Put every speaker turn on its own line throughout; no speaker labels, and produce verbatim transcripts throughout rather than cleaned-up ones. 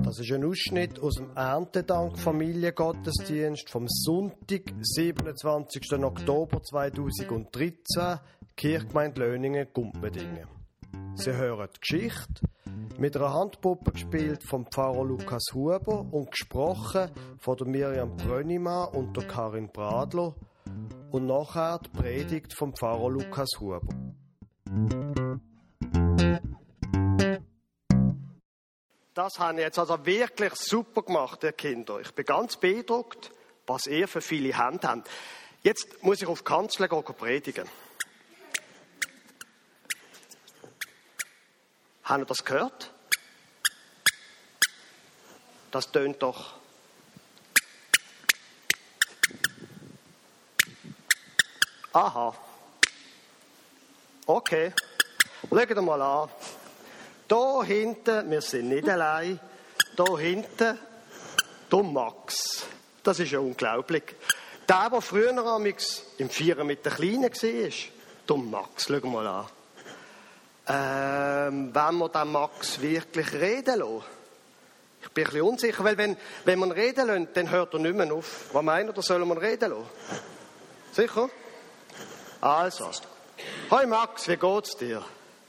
Das ist ein Ausschnitt aus dem Erntedank-Familiengottesdienst vom Sonntag, siebenundzwanzigsten Oktober zweitausenddreizehn, Kirchgemeinde Löningen, Gumpendingen. Sie hören die Geschichte, mit einer Handpuppe gespielt vom Pfarrer Lukas Huber und gesprochen von der Miriam Brönnimann und der Karin Bradler und nachher die Predigt vom Pfarrer Lukas Huber. Das habe ich jetzt also wirklich super gemacht, ihr Kinder. Ich bin ganz beeindruckt, was ihr für viele Hände habt. Jetzt muss ich auf die Kanzel gehen und predigen. Habt ihr das gehört? Das tönt doch. Aha. Okay. Schaut mal an. Da hinten, wir sind nicht allein, da hinten, der Max. Das ist ja unglaublich. Der, der früher amigs im Vieren mit den Kleinen war, der Max, schau mal an. Ähm, wenn wir den Max wirklich reden lassen? Ich bin ein bisschen unsicher, weil wenn, wenn man reden lässt, dann hört er nicht mehr auf. Was meint ihr, da sollen wir reden lassen? Sicher? Also. Hoi Max, wie geht's dir?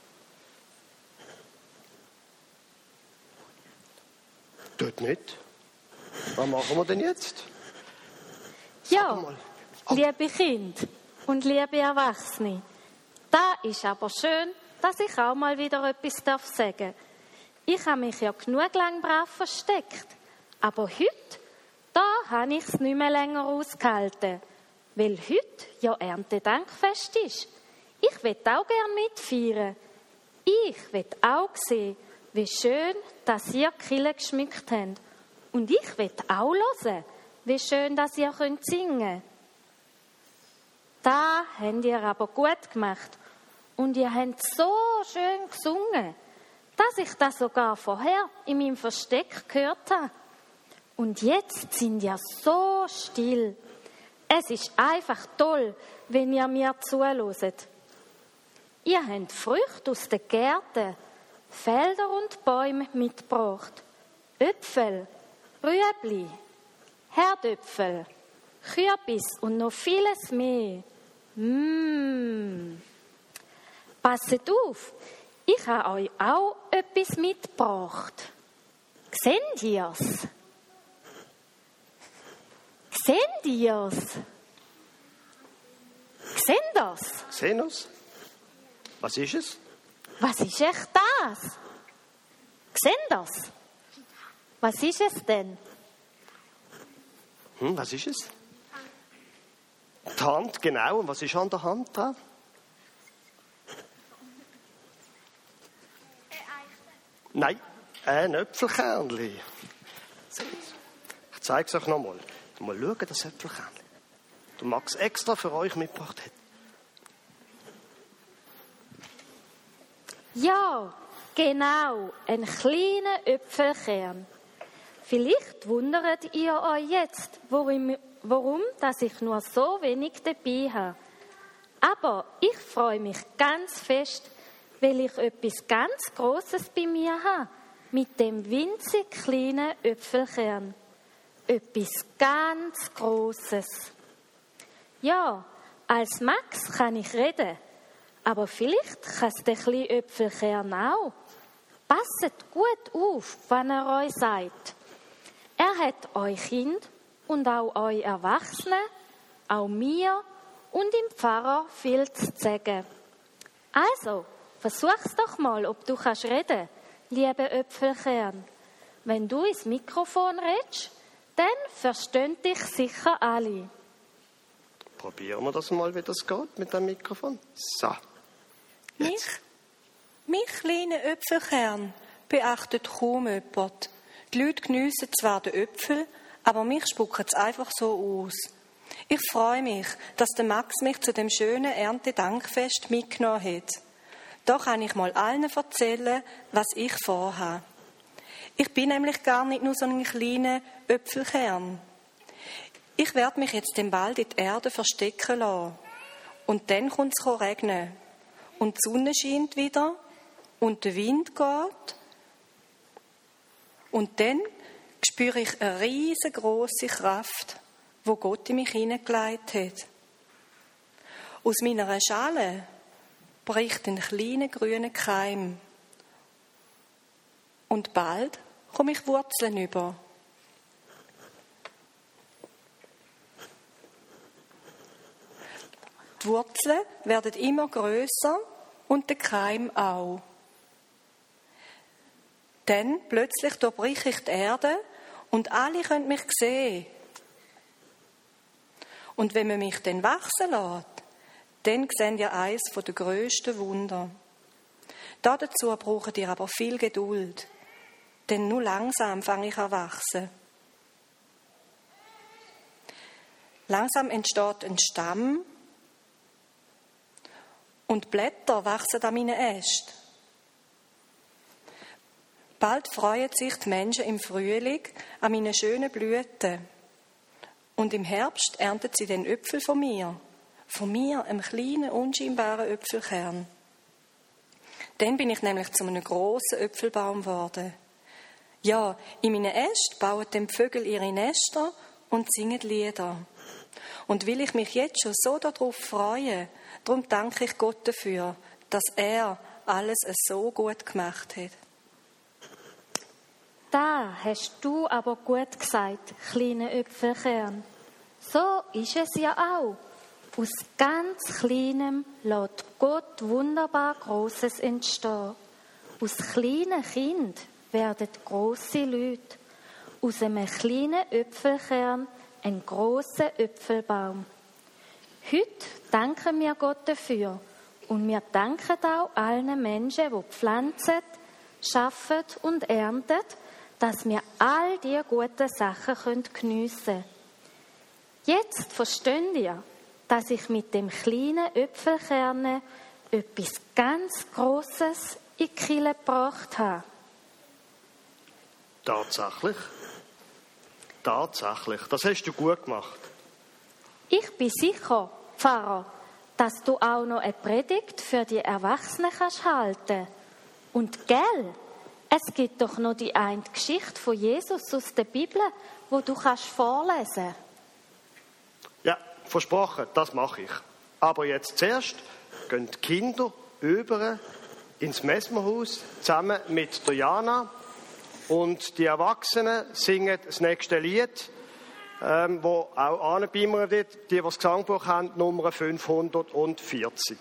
Tut nicht. Was machen wir denn jetzt? Sag
ja,
mal. Oh.
Liebe Kinder und liebe Erwachsene, da ist aber schön, dass ich auch mal wieder etwas sagen darf. Ich habe mich ja genug lang brav versteckt, aber heute, da habe ich es nicht mehr länger ausgehalten, weil heute ja Erntedankfest ist. Ich will auch gerne mitfeiern. Ich will auch sehen, wie schön, dass ihr die Kirche geschmückt habt. Und ich will auch hören, wie schön, dass ihr singen könnt. Da habt ihr aber gut gemacht. Und ihr habt so schön gesungen, dass ich das sogar vorher in meinem Versteck gehört habe. Und jetzt sind ihr so still. Es ist einfach toll, wenn ihr mir zuhört. Ihr habt Früchte aus den Gärten, Felder und Bäume mitgebracht. Äpfel, Rüebli, Herdöpfel, Kürbis und noch vieles mehr. Mmh. Passet auf, ich habe euch auch etwas mitgebracht. Seht ihr's? Seht ihr's? Seht das?
Sehen wir's? Was ist es?
Was ist echt das? Seht das? Was ist es denn?
Hm, was ist es? Die Hand, genau. Und was ist an der Hand dran? Nein, ein Äpfelkernchen. Ich zeige es euch nochmal. Mal schauen, das Äpfelkernchen. Der Max extra für euch mitgebracht hat.
Ja, genau, ein kleiner Äpfelkern. Vielleicht wundert ihr euch jetzt, warum, warum dass ich nur so wenig dabei habe. Aber ich freue mich ganz fest, weil ich etwas ganz Grosses bei mir habe, mit dem winzig kleinen Äpfelkern. Etwas ganz Grosses. Ja, als Max kann ich reden, aber vielleicht kann es der kleine Äpfelkern auch. Passet gut auf, wenn er euch sagt. Er hat euch Kind und auch euch Erwachsene, auch mir und dem Pfarrer viel zu sagen. Also, versuch's doch mal, ob du kannst reden, liebe Äpfelkern. Wenn du ins Mikrofon redest, dann verstehen dich sicher alle.
Probieren wir das mal, wie das geht mit dem Mikrofon. So.
Mich, mich kleine Äpfelkern beachtet kaum jemand. Die Leute geniessen zwar den Äpfel, aber mich spucken es einfach so aus. Ich freue mich, dass der Max mich zu dem schönen Erntedankfest mitgenommen hat. Da kann ich mal allen erzählen, was ich vorhabe. Ich bin nämlich gar nicht nur so ein kleiner Äpfelkern. Ich werde mich jetzt den bald in die Erde verstecken lassen. Und dann kommt es regnen. Und die Sonne scheint wieder. Und der Wind geht. Und dann spüre ich eine riesengroße Kraft, wo Gott in mich hineingelegt hat. Aus meiner Schale bricht ein kleiner grüner Keim. Und bald komme ich Wurzeln über. Die Wurzeln werden immer grösser und der Keim auch. Dann plötzlich durchbreche ich die Erde und alle können mich sehen. Und wenn man mich dann wachsen lässt, dann sehen ihr eines der grössten Wunder. Dazu braucht ihr aber viel Geduld, denn nur langsam fange ich an wachsen. Langsam entsteht ein Stamm und Blätter wachsen an meinen Ästen. Bald freuen sich die Menschen im Frühling an meinen schönen Blüten. Und im Herbst ernten sie den Äpfel von mir. Von mir, einem kleinen, unscheinbaren Äpfelkern. Dann bin ich nämlich zu einem grossen Äpfelbaum geworden. Ja, in meinen Ästen bauen die Vögel ihre Nester und singen Lieder. Und will ich mich jetzt schon so darauf freuen, darum danke ich Gott dafür, dass er alles so gut gemacht hat.
Da hast du aber gut gesagt, kleine Äpfelkern. So ist es ja auch. Aus ganz Kleinem lässt Gott wunderbar Grosses entstehen. Aus kleinen Kind werden grosse Leute. Aus einem kleinen Äpfelkern ein grosser Äpfelbaum. Heute danken wir Gott dafür. Und wir danken auch allen Menschen, die pflanzen, schaffen und ernten, dass wir all diese guten Sachen geniessen können. Jetzt versteht ihr, dass ich mit dem kleinen Äpfelkern etwas ganz Grosses in die Kille gebracht habe.
Tatsächlich? Tatsächlich. Das hast du gut gemacht.
Ich bin sicher, Pfarrer, dass du auch noch eine Predigt für die Erwachsenen kannst halten. Und gell, es gibt doch noch die eine Geschichte von Jesus aus der Bibel, wo du kannst vorlesen.
Ja, versprochen, das mache ich. Aber jetzt zuerst gehen die Kinder über ins Messmerhaus zusammen mit der Jana und die Erwachsenen singen das nächste Lied, ähm, wo auch anbeimern wird, die, die das Gesangbuch haben, Nummer fünfhundertvierzig.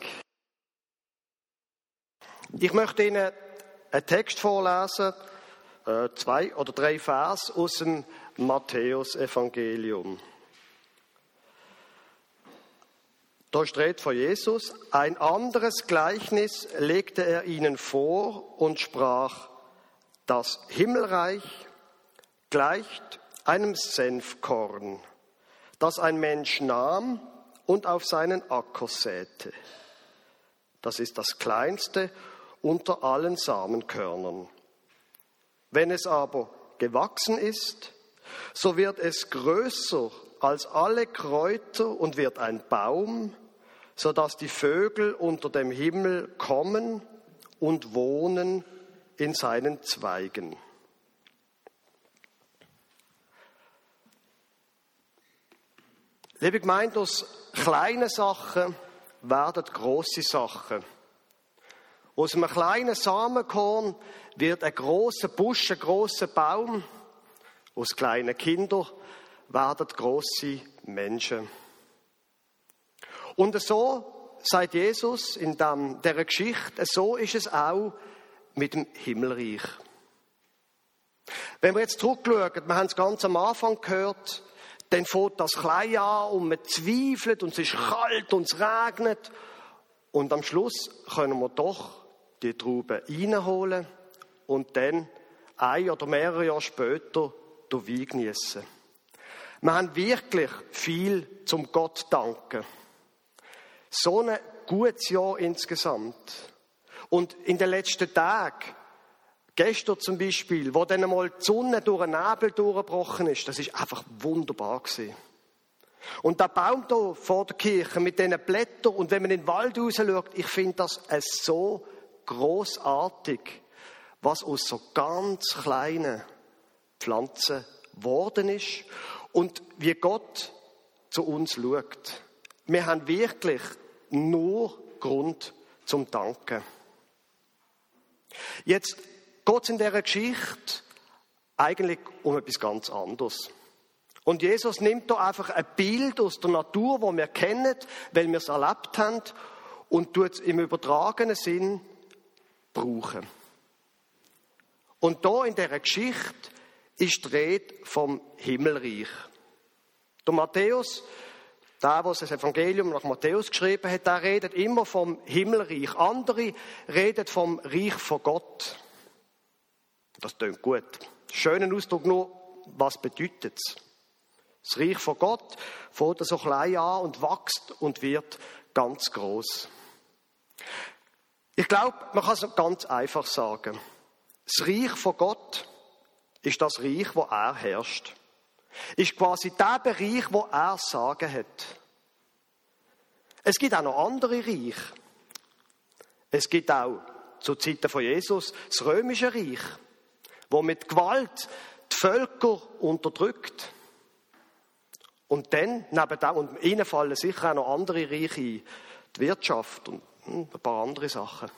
Ich möchte Ihnen einen Text vorlesen, äh, zwei oder drei Vers aus dem Matthäus-Evangelium. Da steht von Jesus: Ein anderes Gleichnis legte er ihnen vor und sprach: Das Himmelreich gleicht einem Senfkorn, das ein Mensch nahm und auf seinen Acker säte. Das ist das kleinste unter allen Samenkörnern. Wenn es aber gewachsen ist, so wird es größer als alle Kräuter und wird ein Baum, so dass die Vögel unter dem Himmel kommen und wohnen in seinen Zweigen. Liebe Gemeinde, aus kleinen Sachen werden grosse Sachen. Aus einem kleinen Samenkorn wird ein grosser Busch, ein grosser Baum. Aus kleinen Kindern werden grosse Menschen. Und so sagt Jesus in dieser Geschichte, so ist es auch mit dem Himmelreich. Wenn wir jetzt zurückschauen, wir haben es ganz am Anfang gehört, dann fängt das klein an und man zweifelt und es ist kalt und es regnet. Und am Schluss können wir doch die Trauben reinholen und dann ein oder mehrere Jahre später den Wein geniessen. Wir haben wirklich viel zum Gott danken. So ein gutes Jahr insgesamt. Und in den letzten Tagen, gestern zum Beispiel, wo dann einmal die Sonne durch den Nebel durchgebrochen ist, das ist einfach wunderbar gewesen. Und der Baum hier vor der Kirche mit diesen Blättern und wenn man in den Wald raus schaut, ich finde das so grossartig, was aus so ganz kleinen, Pflanze geworden ist und wie Gott zu uns schaut. Wir haben wirklich nur Grund zum Danken. Jetzt geht es in dieser Geschichte eigentlich um etwas ganz anderes. Und Jesus nimmt da einfach ein Bild aus der Natur, das wir kennen, weil wir es erlebt haben, und tut es im übertragenen Sinn brauchen. Und da in dieser Geschichte ist die Rede vom Himmelreich. Der Matthäus, der, der das Evangelium nach Matthäus geschrieben hat, der redet immer vom Himmelreich. Andere reden vom Reich von Gott. Das klingt gut. Schönen Ausdruck nur, was bedeutet es? Das Reich von Gott fängt so klein an und wächst und wird ganz groß. Ich glaube, man kann es ganz einfach sagen. Das Reich von Gott ist das Reich, wo er herrscht. Ist quasi der Bereich, wo er Sagen hat. Es gibt auch noch andere Reiche. Es gibt auch zu Zeiten von Jesus das römische Reich, wo mit Gewalt die Völker unterdrückt. Und dann, neben dem, und ihnen fallen sicher auch noch andere Reiche ein, die Wirtschaft und hm, ein paar andere Sachen.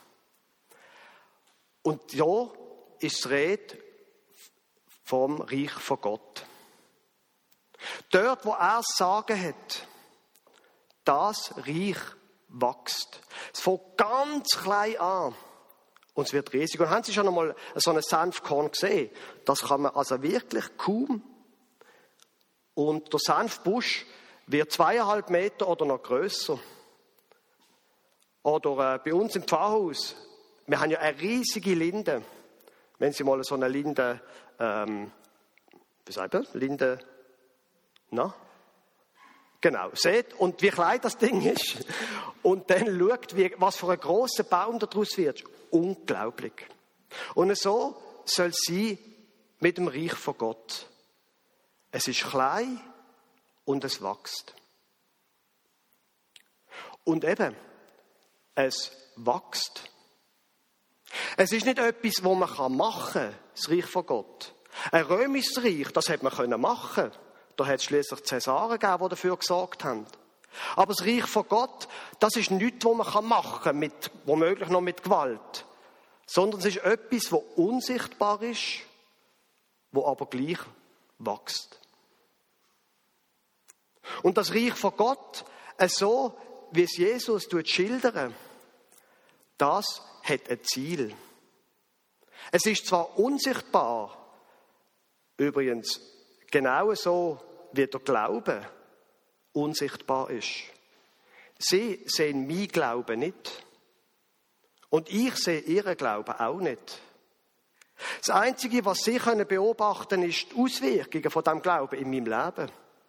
Und ja, ist die Rede vom Reich von Gott. Dort, wo er das Sagen hat, das Reich wächst. Es fängt ganz klein an und es wird riesig. Und haben Sie schon einmal so einen Senfkorn gesehen? Das kann man also wirklich kaum. Und der Senfbusch wird zweieinhalb Meter oder noch grösser. Oder äh, bei uns im Pfarrhaus, wir haben ja eine riesige Linde. Wenn Sie mal so eine Linde, ähm, wie sagt man, Linde, na? Genau, seht, und wie klein das Ding ist. Und dann schaut, wie, was für ein grosser Baum daraus wird. Unglaublich. Und so soll es sein mit dem Reich von Gott. Es ist klein und es wächst. Und eben, es wächst. Es ist nicht etwas, was man machen kann, das Reich von Gott. Ein römisches Reich, das hätte man machen können. Da hat es schliesslich Cäsaren gegeben, die dafür gesorgt haben. Aber das Reich von Gott, das ist nichts, was man machen kann, mit, womöglich noch mit Gewalt. Sondern es ist etwas, das unsichtbar ist, das aber gleich wächst. Und das Reich von Gott, so wie es Jesus schildert, das hat ein Ziel. Es ist zwar unsichtbar, übrigens genau so, wie der Glaube unsichtbar ist. Sie sehen meinen Glauben nicht. Und ich sehe ihren Glauben auch nicht. Das Einzige, was Sie können beobachten können, ist die Auswirkungen von diesem Glauben in meinem Leben.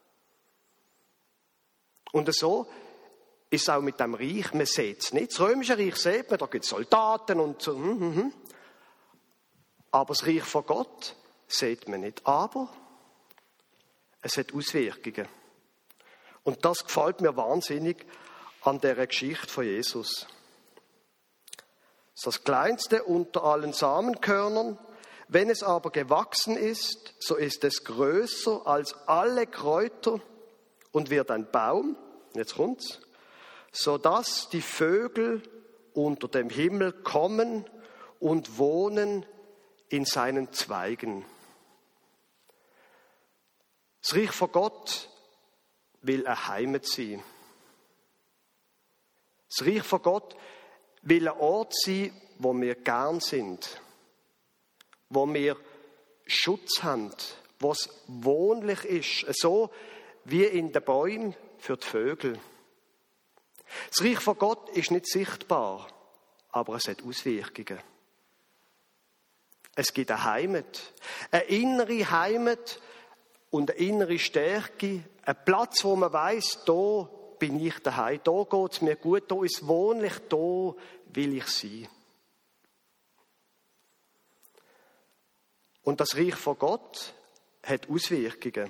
Und so ist es auch mit dem Reich. Man sieht es nicht. Das römische Reich sieht man, da gibt es Soldaten und so. Hm, hm, hm. Aber das Reich von Gott sieht man nicht. Aber es hat Auswirkungen. Und das gefällt mir wahnsinnig an dieser Geschichte von Jesus. Das Kleinste unter allen Samenkörnern, wenn es aber gewachsen ist, so ist es größer als alle Kräuter und wird ein Baum, jetzt kommt's, sodass die Vögel unter dem Himmel kommen und wohnen in seinen Zweigen. Das Reich von Gott will eine Heimat sein. Das Reich von Gott will ein Ort sein, wo wir gern sind, wo wir Schutz haben, wo es wohnlich ist, so wie in den Bäumen für die Vögel. Das Reich von Gott ist nicht sichtbar, aber es hat Auswirkungen. Es gibt eine Heimat, eine innere Heimat und eine innere Stärke, ein Platz, wo man weiss, da bin ich daheim, da geht es mir gut, da ist es wohnlich, da will ich sein. Und das Reich von Gott hat Auswirkungen.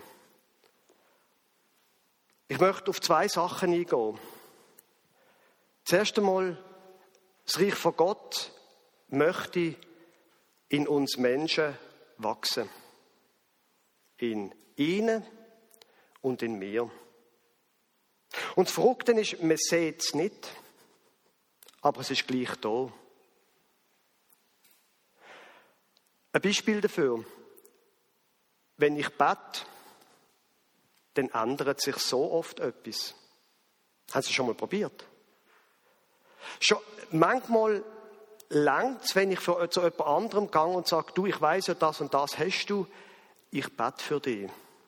Ich möchte auf zwei Sachen eingehen. Zuerst einmal, das Reich von Gott möchte in uns Menschen wachsen. In ihnen und in mir. Und das Verrückte ist, man sieht es nicht, aber es ist gleich da. Ein Beispiel dafür. Wenn ich bete, dann ändert sich so oft etwas. Haben Sie schon mal probiert? Schon manchmal langt es, wenn ich für, zu jemand anderem gehe und sage, du, ich weiss ja, das und das hast du, ich bete für dich.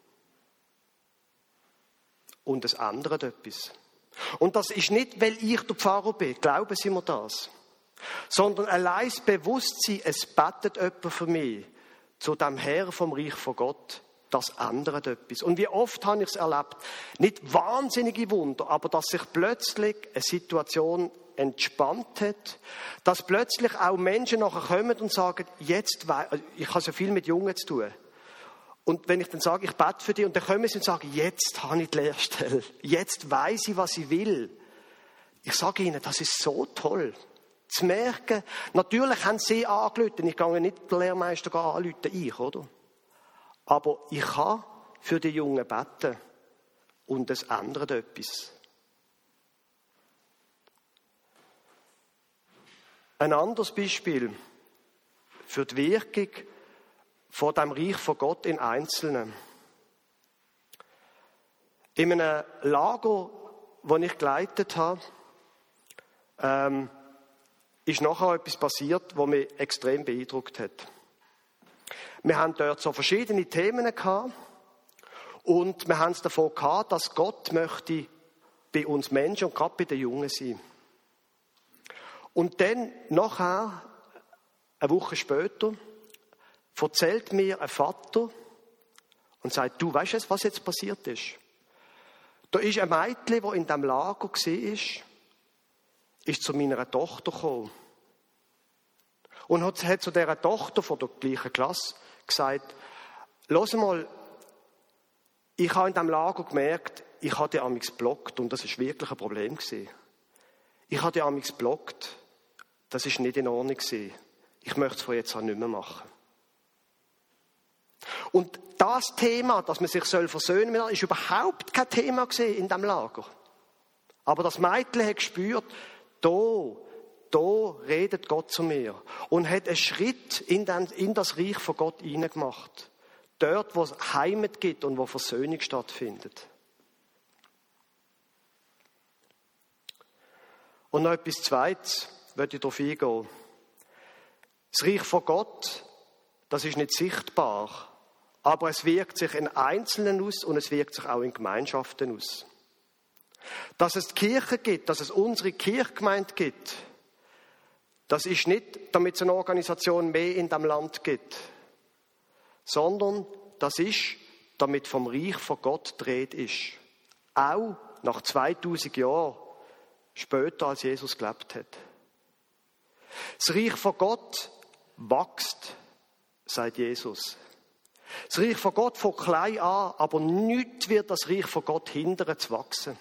Und es ändert etwas. Und das ist nicht, weil ich der Pfarrer bin, glauben Sie mir das, sondern allein das Bewusstsein, es betet jemand für mich, zu dem Herr vom Reich von Gott, das ändert etwas. Und wie oft habe ich es erlebt, nicht wahnsinnige Wunder, aber dass sich plötzlich eine Situation entspannt hat, dass plötzlich auch Menschen nachher kommen und sagen, jetzt, we- ich habe so viel mit Jungen zu tun. Und wenn ich dann sage, ich bete für dich, und dann kommen sie und sagen, jetzt habe ich die Lehrstelle, jetzt weiss ich, was ich will. Ich sage ihnen, das ist so toll. Zu merken, natürlich haben sie angerufen, ich gehe nicht den Lehrmeister anrufen, ich, oder? Aber ich kann für die Jungen beten und es ändert etwas. Ein anderes Beispiel für die Wirkung von dem Reich von Gott in Einzelnen. In einem Lager, das ich geleitet habe, ähm, ist nachher etwas passiert, was mich extrem beeindruckt hat. Wir haben dort so verschiedene Themen gehabt und wir haben es davon gehabt, dass Gott möchte bei uns Menschen und gerade bei den Jungen sein. Und dann, nachher, eine Woche später, erzählt mir ein Vater und sagt, du weißt du, was jetzt passiert ist? Da ist ein Mädchen, das in diesem Lager war, ist zu meiner Tochter gekommen. Und hat, hat zu dieser Tochter von der gleichen Klasse gesagt, hör mal, ich habe in diesem Lager gemerkt, ich habe die amigs geblockt und das war wirklich ein Problem gewesen. Ich habe die amigs geblockt, das war nicht in Ordnung gewesen. Ich möchte es von jetzt an nicht mehr machen. Und das Thema, dass man sich versöhnen soll, ist überhaupt kein Thema gewesen in diesem Lager. Aber das Mädchen hat gespürt, da, da redet Gott zu mir. Und hat einen Schritt in, den, in das Reich von Gott hineingemacht. Dort, wo es Heimat gibt und wo Versöhnung stattfindet. Und noch etwas Zweites, möchte ich darauf eingehen. Das Reich von Gott, das ist nicht sichtbar, aber es wirkt sich in Einzelnen aus und es wirkt sich auch in Gemeinschaften aus. Dass es die Kirche gibt, dass es unsere Kirchgemeinde gibt, das ist nicht, damit es eine Organisation mehr in diesem Land gibt, sondern das ist, damit vom Reich von Gott die Rede ist. Auch nach zweitausend Jahren später, als Jesus gelebt hat. Das Reich von Gott wächst, sagt Jesus. Das Reich von Gott von klein an, aber nichts wird das Reich von Gott hindern zu wachsen.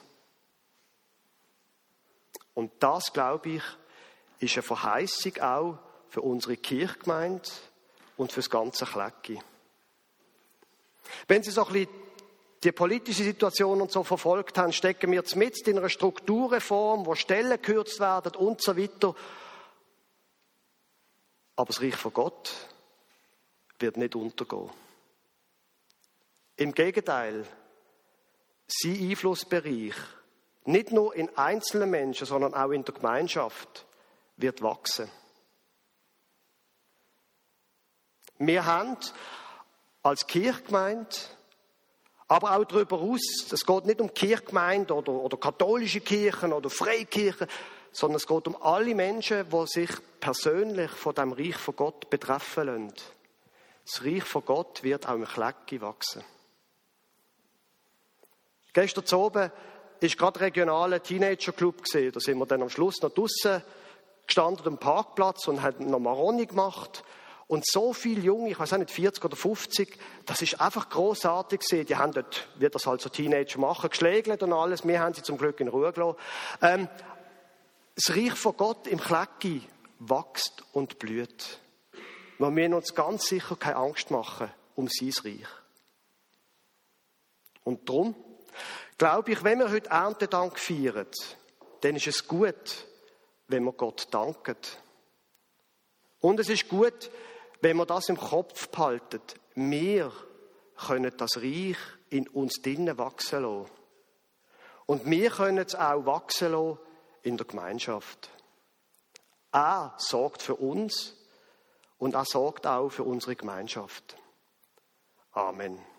Und das, glaube ich, ist eine Verheißung auch für unsere Kirchgemeinde und für das ganze Klecki. Wenn Sie so ein bisschen die politische Situation und so verfolgt haben, stecken wir jetzt mit in einer Strukturreform, wo Stellen gekürzt werden und so weiter. Aber das Reich von Gott wird nicht untergehen. Im Gegenteil, sein Einflussbereich, nicht nur in einzelnen Menschen, sondern auch in der Gemeinschaft, wird wachsen. Wir haben als Kirchgemeinde, aber auch darüber hinaus, es geht nicht um Kirchgemeinde oder, oder katholische Kirchen oder Freikirchen, sondern es geht um alle Menschen, die sich persönlich von dem Reich von Gott betreffen lassen. Das Reich von Gott wird auch im Klecki wachsen. Gestern Abend war gerade ein regionaler Teenager-Club. Da sind wir dann am Schluss noch draussen gestanden am Parkplatz und haben noch Maroni gemacht. Und so viele Junge, ich weiß auch nicht, vierzig oder fünfzig, das ist einfach grossartig gewesen. Die haben dort, wie das halt so Teenager machen, geschlägelt und alles. Wir haben sie zum Glück in Ruhe gelassen. Ähm, das Reich von Gott im Klecki wächst und blüht. Wir müssen uns ganz sicher keine Angst machen um sein Reich. Und darum glaube ich, wenn wir heute Erntedank feiern, dann ist es gut, wenn wir Gott danken. Und es ist gut, wenn wir das im Kopf behalten. Wir können das Reich in uns drinnen wachsen lassen. Und wir können es auch wachsen lassen in der Gemeinschaft. Er sorgt für uns und er sorgt auch für unsere Gemeinschaft. Amen.